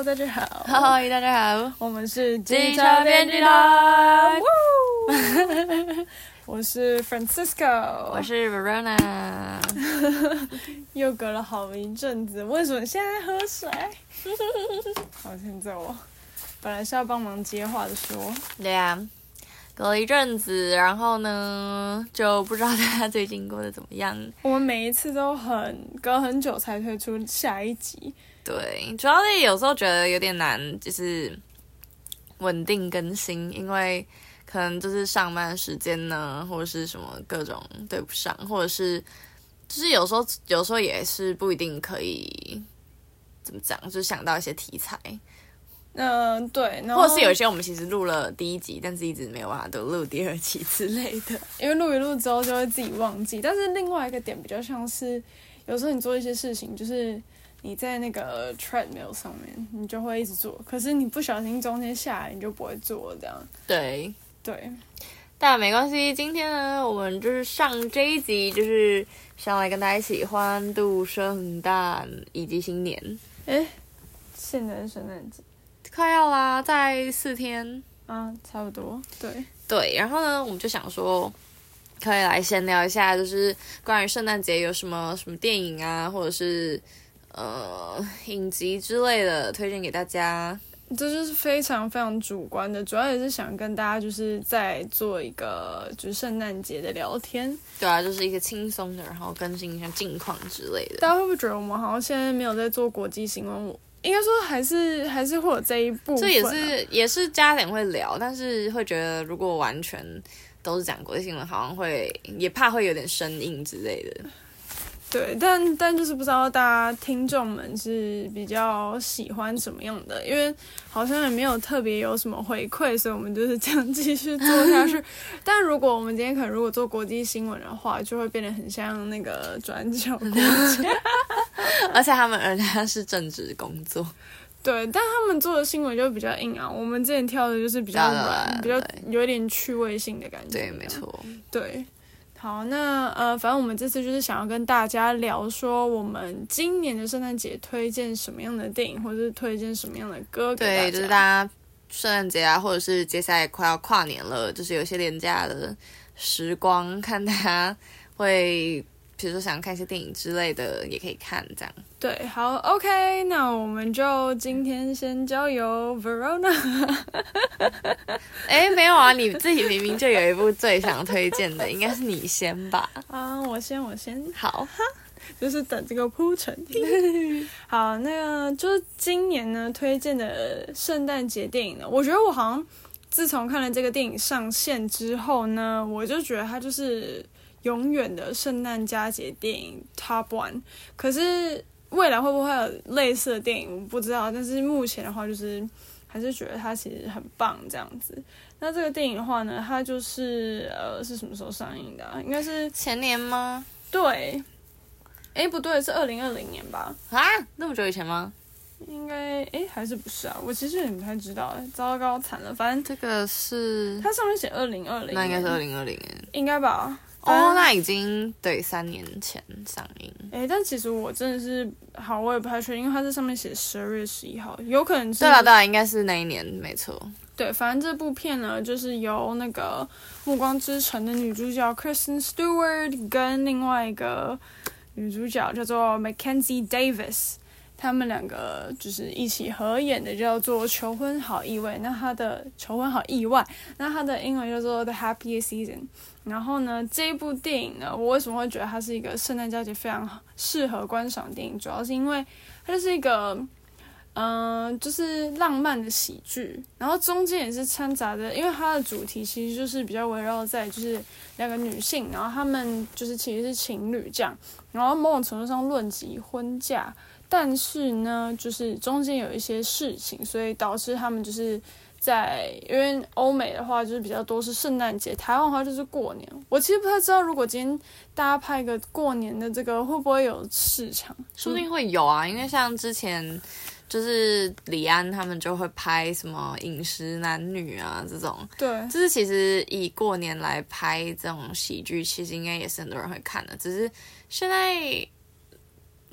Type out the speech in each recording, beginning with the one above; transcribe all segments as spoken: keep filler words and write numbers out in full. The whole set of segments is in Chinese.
大家好， 嗨，大家好， 我们是机车编辑台， 我是 Francisco， 我是 Verona， 又隔了好一阵子，为什么现在喝水？好，现在我本来是要帮忙接话的说， 对啊，隔了一阵子，然后呢，就不知道大家最近过得怎么样。 我们每一次都很隔很久才推出下一集。 对，主要是有时候觉得有点难，就是稳定更新，因为可能就是上班时间呢，或者是什么各种对不上，或者是就是有时候有时候也是不一定可以怎么讲，就是想到一些题材。 嗯、呃，对，然后或者是有一些我们其实录了第一集，但是一直没有办法都录第二集之类的。 因为录一录之后就会自己忘记。但是另外一个点比较像是，有时候你做一些事情，就是你在那个 treadmill 上面，你就会一直做，可是你不小心中间下来，你就不会做这样。 对对， 但没关系，今天呢，我们就是上这一集，就是想来跟大家一起欢度圣诞以及新年。 诶，现在是圣诞节。 快要啦，再四天啊，差不多，对对。然后呢，我们就想说，可以来闲聊一下，就是关于圣诞节有什么什么电影啊，或者是呃影集之类的，推荐给大家。 这就是非常非常主观的，主要也是想跟大家就是在做一个就是圣诞节的聊天。 对啊，就是一个轻松的，然后更新一下近况之类的。 大家会不会觉得我们好像现在没有在做国际新闻？应该说还是还是会有这一部分、啊， 这也是也是加点会聊，但是会觉得如果完全都是讲国际新闻，好像会也怕会有点生硬之类的。 对，但但就是不知道大家听众们是比较喜欢什么样的，因为好像也没有特别有什么回馈，所以我们就是这样继续做下去。但如果我们今天可能如果做国际新闻的话，就会变得很像那个转角国家， 而且他们人家是正职工作。 对，但他们做的新闻就比较硬啊，我们之前挑的就是比较软，比较有一点趣味性的感觉。 对，没错。 对。好，那呃，反正我们这次就是想要跟大家聊说，我们今年的圣诞节推荐什么样的电影，或者是推荐什么样的歌给大家。 对，就是大家圣诞节啊，或者是接下来快要跨年了，就是有一些廉价的时光，看大家会，比如说想看一些电影之类的，也可以看这样。 对，好 ，OK， 那我们就今天先交由 Verona。 哎，没有啊，你自己明明就有一部最想推荐的，应该是你先吧？ 啊，我先，我先。 好， 就是等这个铺陈。好，那个就是今年呢推荐的圣诞节电影呢，我觉得我好像自从看了这个电影上线之后呢，我就觉得它就是永远的圣诞佳节电影 Top One。可是未来会不会有类似的电影，我不知道。但是目前的话，就是还是觉得它其实很棒这样子。那这个电影的话呢，它就是呃是什么时候上映的、啊？应该是前年吗？ 对。哎，不对，是二零二零年吧？ 啊，那么久以前吗？ 应该，哎，还是不是啊？我其实也不太知道，哎，糟糕，惨了，反正这个是它上面写二零二零， 那应该是二零二零年， 应该吧？ 哦，那已经对三年前上映。 哎，但其实我真的是好，我也不太确定，因为它这上面写十二月十一号，有可能是对了对了，应该是那一年，没错。 对，反正这部片呢，就是由那个《暮光之城》的女主角 Kristen Stewart 跟另外一个女主角叫做 Mackenzie Davis， 他们两个就是一起合演的，叫做《求婚好意外》。那她的求婚好意外，那它的英文叫做 The Happiest Season。然后呢，这一部电影呢，我为什么会觉得它是一个圣诞佳节非常适合观赏的电影？主要是因为它就是一个，嗯、呃，就是浪漫的喜剧，然后中间也是掺杂着，因为它的主题其实就是比较围绕在就是两个女性，然后她们就是其实是情侣这样，然后某种程度上论及婚嫁，但是呢，就是中间有一些事情，所以导致他们就是在，因为欧美的话就是比较多是圣诞节，台湾的话就是过年。我其实不太知道，如果今天大家拍一个过年的这个，会不会有市场？ 说不定会有啊，因为像之前就是李安他们就会拍什么饮食男女啊这种， 对， 就是其实以过年来拍这种喜剧，其实应该也是很多人会看的，只是现在。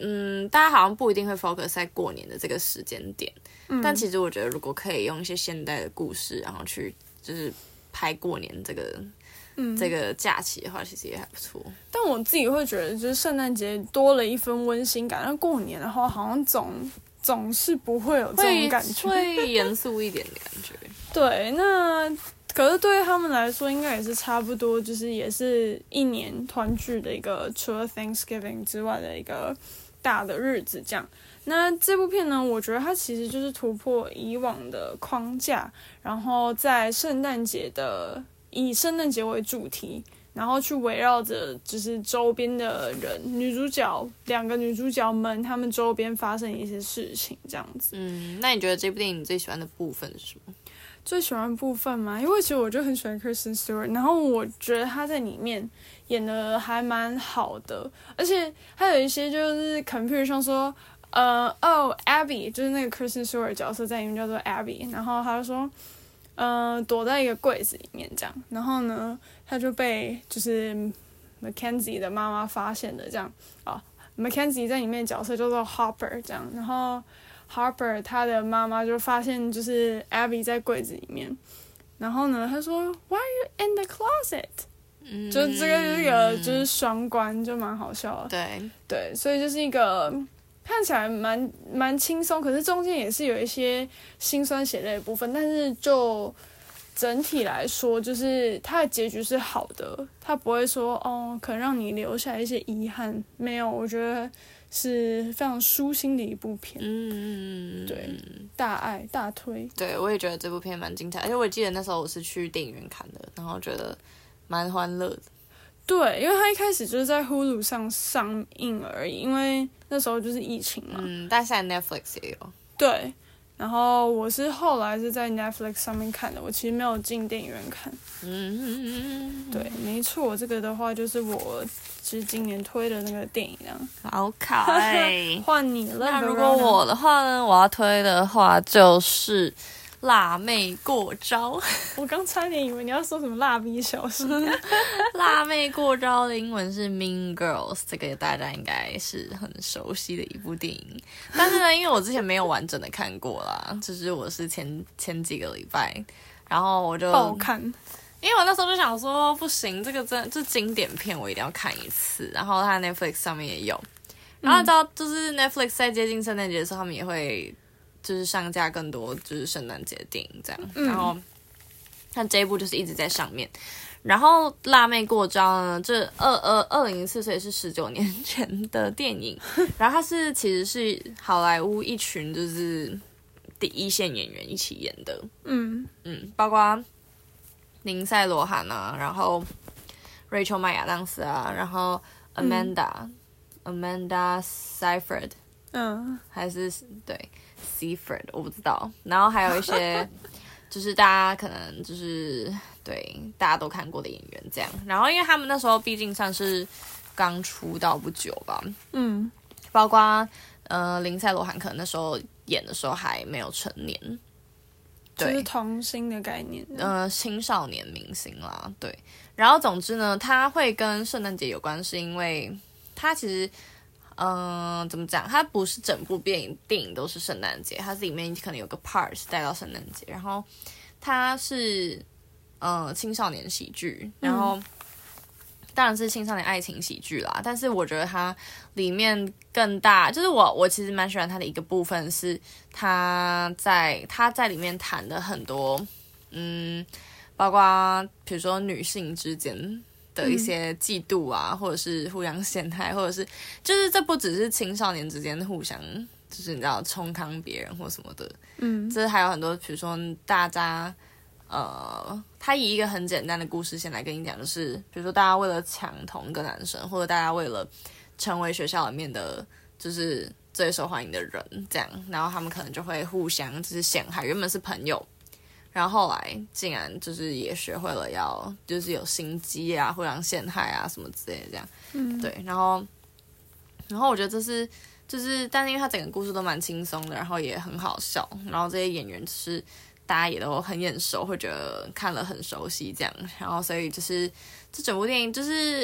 嗯，大家好像不一定会 focus 在过年的这个时间点，嗯、但其实我觉得如果可以用一些现代的故事，然后去就是拍过年这个。嗯，这个假期的话，其实也还不错。 但我自己会觉得，就是圣诞节多了一分温馨感，但过年的话，好像总总是不会有这种感觉， 会严肃一点的感觉。 对，那可是对于他们来说，应该也是差不多，就是也是一年团聚的一个，除了 Thanksgiving 之外的一个大的日子，这样。那这部片呢，我觉得它其实就是突破以往的框架，然后在圣诞节的。以圣诞节为主题，然后去围绕着就是周边的人，女主角两个女主角们，她们周边发生一些事情，这样子。 嗯，那你觉得这部电影你最喜欢的部分是什么？ 最喜欢的部分嘛，因为其实我就很喜欢 Kristen Stewart， 然后我觉得她在里面演的还蛮好的，而且还有一些就是可能譬如像说，呃，哦 ，Abby 就是那个 Kristen Stewart 角色在里面叫做 Abby， 然后她就说。呃，躲在一个柜子里面这样，然后呢，他就被就是 Mackenzie 的妈妈发现的这样啊、哦、，Mackenzie 在里面的角色叫做 Hopper 这样，然后 Harper 他的妈妈就发现就是 Abby 在柜子里面，然后呢，他说 Why are you in the closet？嗯，就这个这个就是双关，就蛮好笑的。 对对，所以就是一个。看起来蛮蛮轻松，可是中间也是有一些辛酸血泪的部分，但是就整体来说，就是它的结局是好的，它不会说哦，可能让你留下一些遗憾，没有，我觉得是非常舒心的一部片。嗯，对，大爱大推。 对，我也觉得这部片蛮精彩，而且我记得那时候我是去电影院看的，然后觉得蛮欢乐的。 对，因为它一开始就是在 Hulu 上上映而已，因为那时候就是疫情嘛。 嗯，但现在 Netflix 也有。 对，然后我是后来是在 Netflix 上面看的，我其实没有进电影院看。嗯，对，没错，这个的话就是我其实今年推的那个电影这样。 好可爱。 换你了。 那如果我的话呢，我要推的话就是辣妹过招。 我刚差点以为你要说什么蜡笔小新。 辣妹过招的英文是 Mean Girls， 这个大家应该是很熟悉的一部电影。但是呢，因为我之前没有完整的看过啦，就是我是前前几个礼拜，然后我就爆看。 因为我那时候就想说，不行，这个真这经典片我一定要看一次。然后它 Netflix 上面也有，然后你知道，就是 Netflix 在接近圣诞节的时候，他们也会就是上架更多就是圣诞节的电影这样。嗯、然后像这一部就是一直在上面。然后辣妹过招呢，这二二二零零四岁是十九年前的电影，然后它是其实是好莱坞一群就是第一线演员一起演的。嗯嗯，包括林赛罗韩啊，然后 Rachel 麦亚当斯啊，然后 Amanda、嗯、Amanda Seyfried， 嗯，还是对 Seyfried 我不知道，然后还有一些就是大家可能就是对大家都看过的演员这样，然后因为他们那时候毕竟算是刚出道不久吧，嗯，包括呃林赛罗韩可能那时候演的时候还没有成年。 就是童星的概念， 呃，青少年明星啦，对。然后总之呢，它会跟圣诞节有关，是因为它其实，嗯、呃，怎么讲？它不是整部电影电影都是圣诞节，它是里面可能有个 part 是带到圣诞节，然后它是呃青少年喜剧，然后。嗯当然是青少年爱情喜剧啦，但是我觉得它里面更大，就是我我其实蛮喜欢它的一个部分是它在它在里面谈的很多，嗯，包括比如说女性之间的一些嫉妒啊，嗯、或者是互相陷害，或者是就是这不只是青少年之间互相，就是你知道冲康别人或什么的，嗯，这还有很多，比如说大家。呃，他以一个很简单的故事线来跟你讲，就是比如说大家为了抢同一个男生，或者大家为了成为学校里面的就是最受欢迎的人，这样，然后他们可能就会互相就是陷害。原本是朋友，然后后来竟然就是也学会了要就是有心机啊，互相陷害啊什么之类的这样。嗯，对，然后然后我觉得这是就是，但是因为他整个故事都蛮轻松的，然后也很好笑，然后这些演员就是。大家也都很眼熟，会觉得看了很熟悉这样，然后所以就是这整部电影就是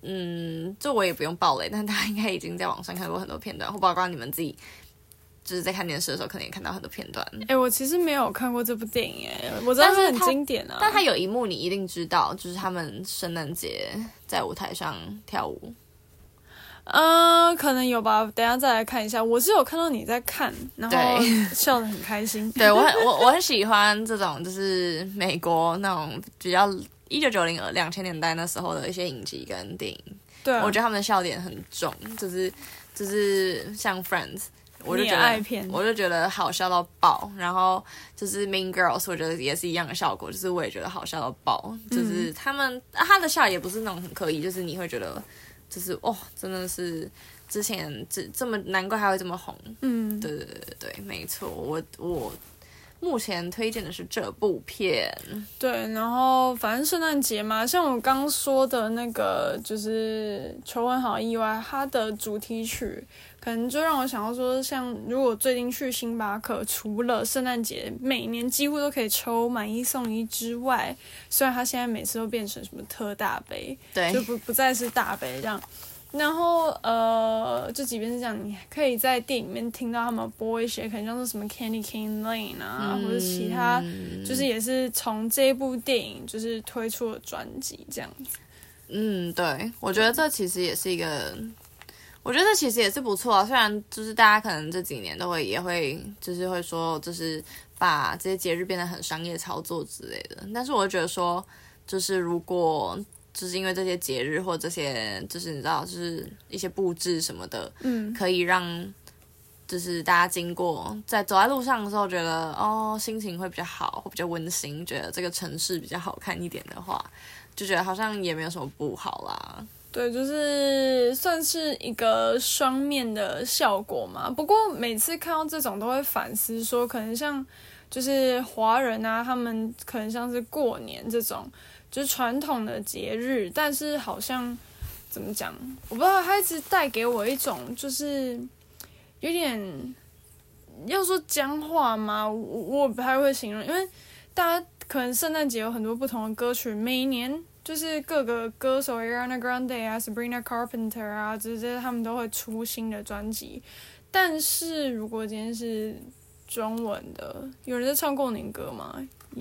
嗯，这我也不用爆雷，但大家应该已经在网上看过很多片段，或包括你们自己就是在看电视的时候，可能也看到很多片段。 哎、欸，我其实没有看过这部电影，哎，我知道它很经典啊。 但它有一幕你一定知道，就是他们圣诞节在舞台上跳舞。 嗯，可能有吧，等一下再来看一下。我是有看到你在看，然后笑得很开心。 对，我很我我很喜欢这种，就是美国那种比较一九九零两千年代那时候的一些影集跟电影。 对、啊， 我觉得他们的笑点很重，就是就是像 Friends。我就觉得，我就觉得好笑到爆，然后就是 Mean Girls， 我觉得也是一样的效果，就是我也觉得好笑到爆，就是他们、嗯、他的笑也不是那种很刻意，就是你会觉得，就是哦，真的是之前这这么难怪还会这么红，嗯，对对对对对，没错，我我目前推荐的是这部片， 对，然后反正圣诞节嘛，像我刚说的那个就是《求婚好意外》，它的主题曲。可能就让我想到说，像如果最近去星巴克，除了圣诞节每年几乎都可以抽买一送一之外，虽然它现在每次都变成什么特大杯， 对， 就不不再是大杯这样。然后呃，就即便是这样，你可以在电影里面听到他们播一些可能像是什么 Candy Cane Lane 啊，嗯、或者其他，就是也是从这一部电影就是推出的专辑这样子。 嗯，对，我觉得这其实也是一个。我觉得这其实也是不错啊，虽然就是大家可能这几年都会也会就是会说，就是把这些节日变得很商业操作之类的，但是我觉得说，就是如果就是因为这些节日或这些就是你知道就是一些布置什么的，嗯，可以让就是大家经过在走在路上的时候觉得哦心情会比较好，或比较温馨，觉得这个城市比较好看一点的话，就觉得好像也没有什么不好啦。 对，就是算是一个双面的效果嘛。不过每次看到这种都会反思说，可能像就是华人啊，他们可能像是过年这种就是传统的节日，但是好像怎么讲，我不知道，它一直带给我一种就是有点要说僵化吗？我我不太会形容，因为大家可能圣诞节有很多不同的歌曲，每一年。就是各个歌手 Ariana Grande 啊 Sabrina Carpenter 啊这些他们都会出新的专辑，但是如果今天是中文的，有人在唱过年歌吗？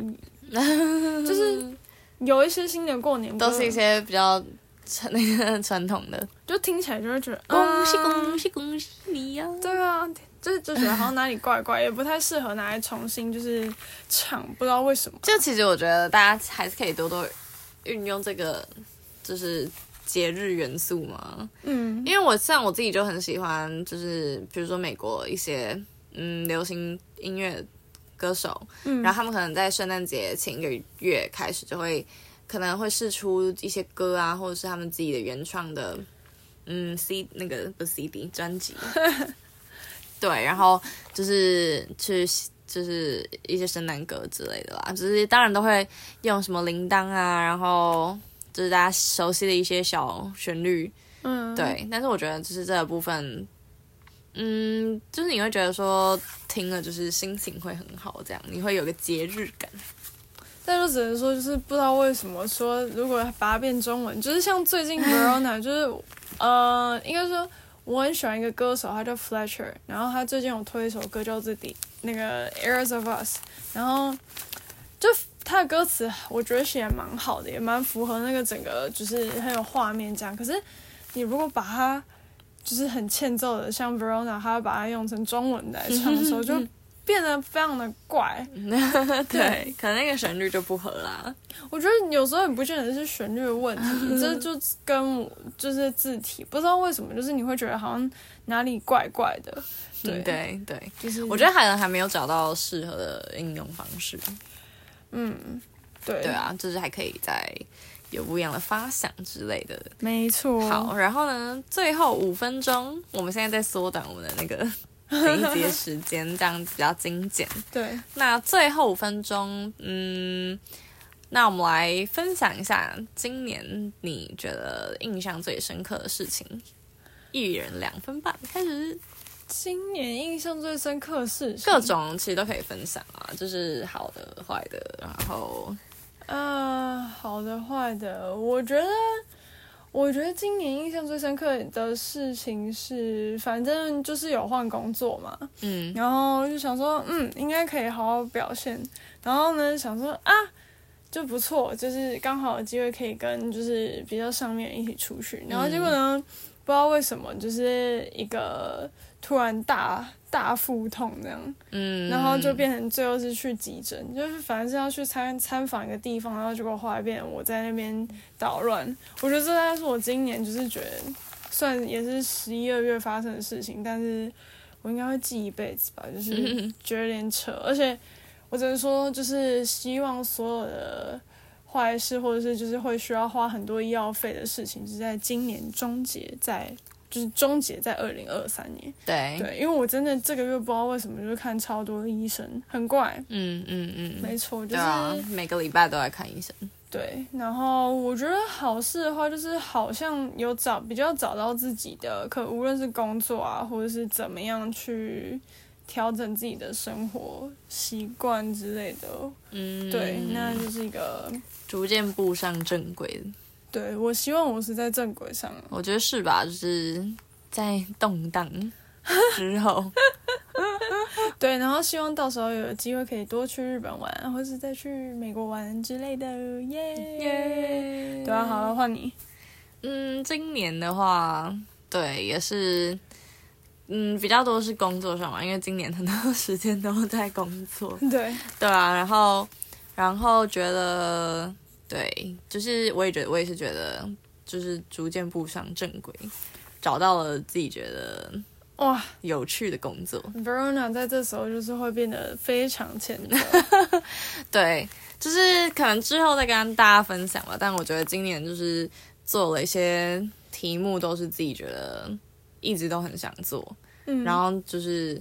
就是有一些新的过年歌都是一些比较那个传统的， 就听起来就会觉得恭喜恭喜恭喜你呀、啊！ 对啊，就就觉得好像哪里怪怪，也不太适合拿来重新就是唱，不知道为什么。 就其实我觉得大家还是可以多多运用这个就是节日元素嘛，嗯，因为我像我自己就很喜欢，就是比如说美国一些嗯流行音乐歌手，嗯，然后他们可能在圣诞节前一个月开始就会可能会释出一些歌啊，或者是他们自己的原创的嗯 C 那个不是 C D 专辑，对，然后就是去。就是一些圣诞歌之类的啦，就是当然都会用什么铃铛啊，然后就是大家熟悉的一些小旋律，嗯，对。但是我觉得就是这个部分，嗯，就是你会觉得说听了就是心情会很好，这样你会有个节日感。 但就只能说，就是不知道为什么说，如果把它变中文，就是像最近 Verona， 就是呃，应该说。我很喜欢一个歌手，他叫 Fletcher， 然后他最近有推一首歌叫做《那个 Eras of Us》，然后就他的歌词我觉得写得蛮好的，也蛮符合那个整个就是很有画面这样。可是你如果把它就是很欠揍的，像 Verona， 他把它用成中文来唱的时候，就变得非常的怪。 对，可能那个旋律就不合啦。 我觉得有时候也不见得是旋律的问题，这就跟就是字体，不知道为什么，就是你会觉得好像哪里怪怪的。对、 嗯、对对， 就是我觉得可能还没有找到适合的应用方式。嗯，对对啊，就是还可以再有不一样的发想之类的。 没错。 好，然后呢，最后五分钟，我们现在在缩短我们的那个。每一节时间这样比较精简。 对， 那最后五分钟，嗯，那我们来分享一下今年你觉得印象最深刻的事情。一人两分半，开始。 今年印象最深刻的事情， 各种其实都可以分享啊，就是好的、坏的，然后， 呃，好的、坏的，我觉得。 我觉得今年印象最深刻的事情是，反正就是有换工作嘛， 嗯， 然后就想说，嗯，应该可以好好表现。然后呢，想说啊，就不错，就是刚好有机会可以跟就是比较上面人一起出去。然后结果呢，嗯、不知道为什么，就是一个突然大大腹痛这样，嗯，然后就变成最后是去急诊，就是反正是要去参参访一个地方，然后结果后来变成我在那边捣乱。我觉得这大概是我今年就是觉得，虽然也是十一二月发生的事情，但是我应该会记一辈子吧，就是觉得有点扯，而且我只能说，就是希望所有的坏事或者是就是会需要花很多医药费的事情，就是在今年终结在。就是终结在二零二三年， 对对，因为我真的这个月不知道为什么就是看超多医生，很怪， 嗯嗯嗯， 没错，就是、 啊、每个礼拜都来看医生。 对，然后我觉得好事的话，就是好像有找比较找到自己的，可无论是工作啊，或者是怎么样去调整自己的生活习惯之类的，嗯，对，那就是一个逐渐步上正轨。 对，我希望我是在正轨上。 我觉得是吧，就是在动荡之后。 对，然后希望到时候有机会可以多去日本玩，或是再去美国玩之类的，耶、yeah! 耶！ Yeah! 对啊，好了，换你。 嗯，今年的话，对，也是，嗯，比较多是工作上嘛，因为今年很多时间都在工作。 对。 对啊，然后，然后觉得。对，就是我也觉得，我也是觉得，就是逐渐步上正轨，找到了自己觉得哇有趣的工作。 Verona 在这时候就是会变得非常欠揍。 对，就是可能之后再跟大家分享吧。但我觉得今年就是做了一些题目，都是自己觉得一直都很想做。嗯，然后就是，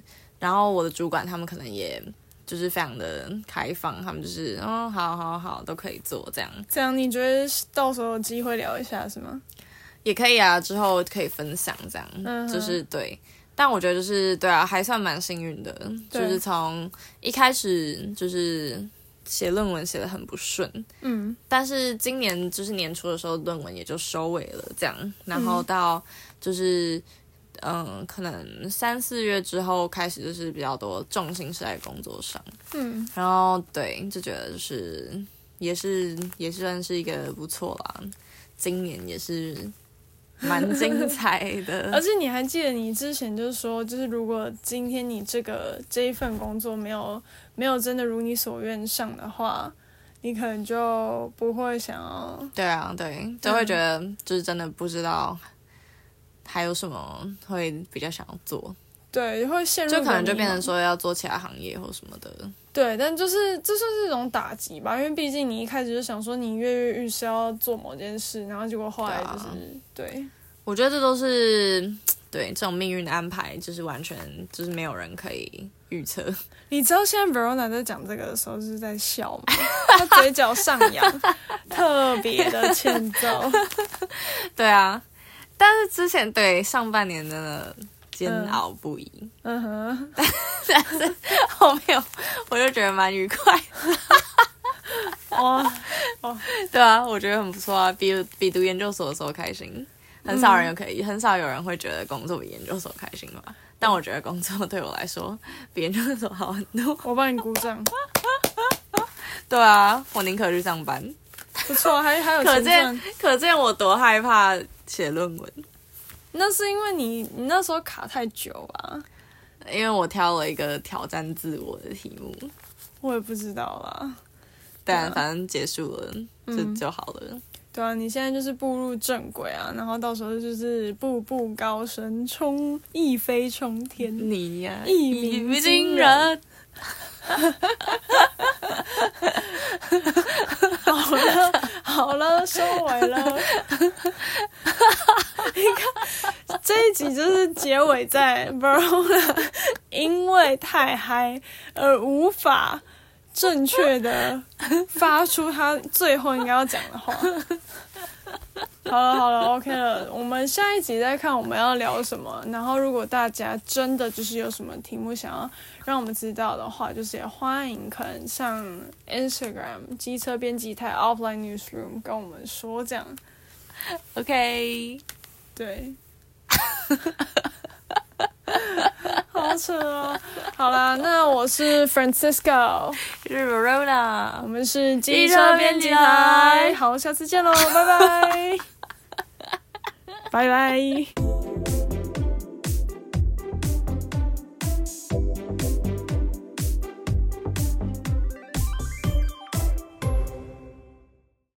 然后我的主管他们可能也。就是非常的开放，他们就是哦，好好好，都可以做这样。 这样你觉得到时候有机会聊一下是吗？ 也可以啊，之后可以分享这样，嗯、就是对。但我觉得就是对啊，还算蛮幸运的，就是从一开始就是写论文写得很不顺，嗯，但是今年就是年初的时候论文也就收尾了这样，然后到就是。嗯嗯，可能三四月之后开始就是比较多重心是在工作上，嗯，然后对，就觉得就是也是也算是一个不错啦，今年也是蛮精彩的。 而且你还记得你之前就是说，就是如果今天你这个这一份工作没有没有真的如你所愿上的话，你可能就不会想要。 对啊，对，就会觉得就是真的不知道。还有什么会比较想要做？ 对，会陷入就可能就变成说要做其他行业或什么的。 对，但就是这算是一种打击吧，因为毕竟你一开始就想说你跃跃欲试要做某件事，然后结果后来就是 对,、啊、对。 我觉得这都是对这种命运的安排，就是完全就是没有人可以预测。 你知道现在 Verona 在讲这个的时候是在笑吗？他嘴角上扬，特别的欠揍。 对啊。但是之前对上半年真的煎熬不已，嗯哼，但是后面我就觉得蛮愉快的，哇哇，对啊，我觉得很不错啊，比比读研究所的时候开心，很少人可以，嗯、很少有人会觉得工作比研究所开心吧？但我觉得工作对我来说比研究所好很多。 我帮你鼓掌。 对啊，我宁可去上班。 不错，还还有可见可见我多害怕写论文。 那是因为你你那时候卡太久啊， 因为我挑了一个挑战自我的题目。 我也不知道啦， 但、啊、反正结束了就、嗯、就好了。 对啊，你现在就是步入正轨啊，然后到时候就是步步高升，冲一飞冲天。 你呀、啊， 一鸣惊人。好了好了，收尾了。你看这一集就是结尾在 Verona 因为太嗨而无法正确的发出他最后应该要讲的话。好了好了 OK 了，我们下一集再看我们要聊什么，然后如果大家真的就是有什么题目想要让我们知道的话，就是也欢迎可能上 Instagram 机车编辑台 Offline Newsroom 跟我们说这样。 OK， 对，好扯哦。好啦，那我是 Francisco， 是 Verona， 我们是机车编辑台，好，下次见喽，拜拜，拜拜。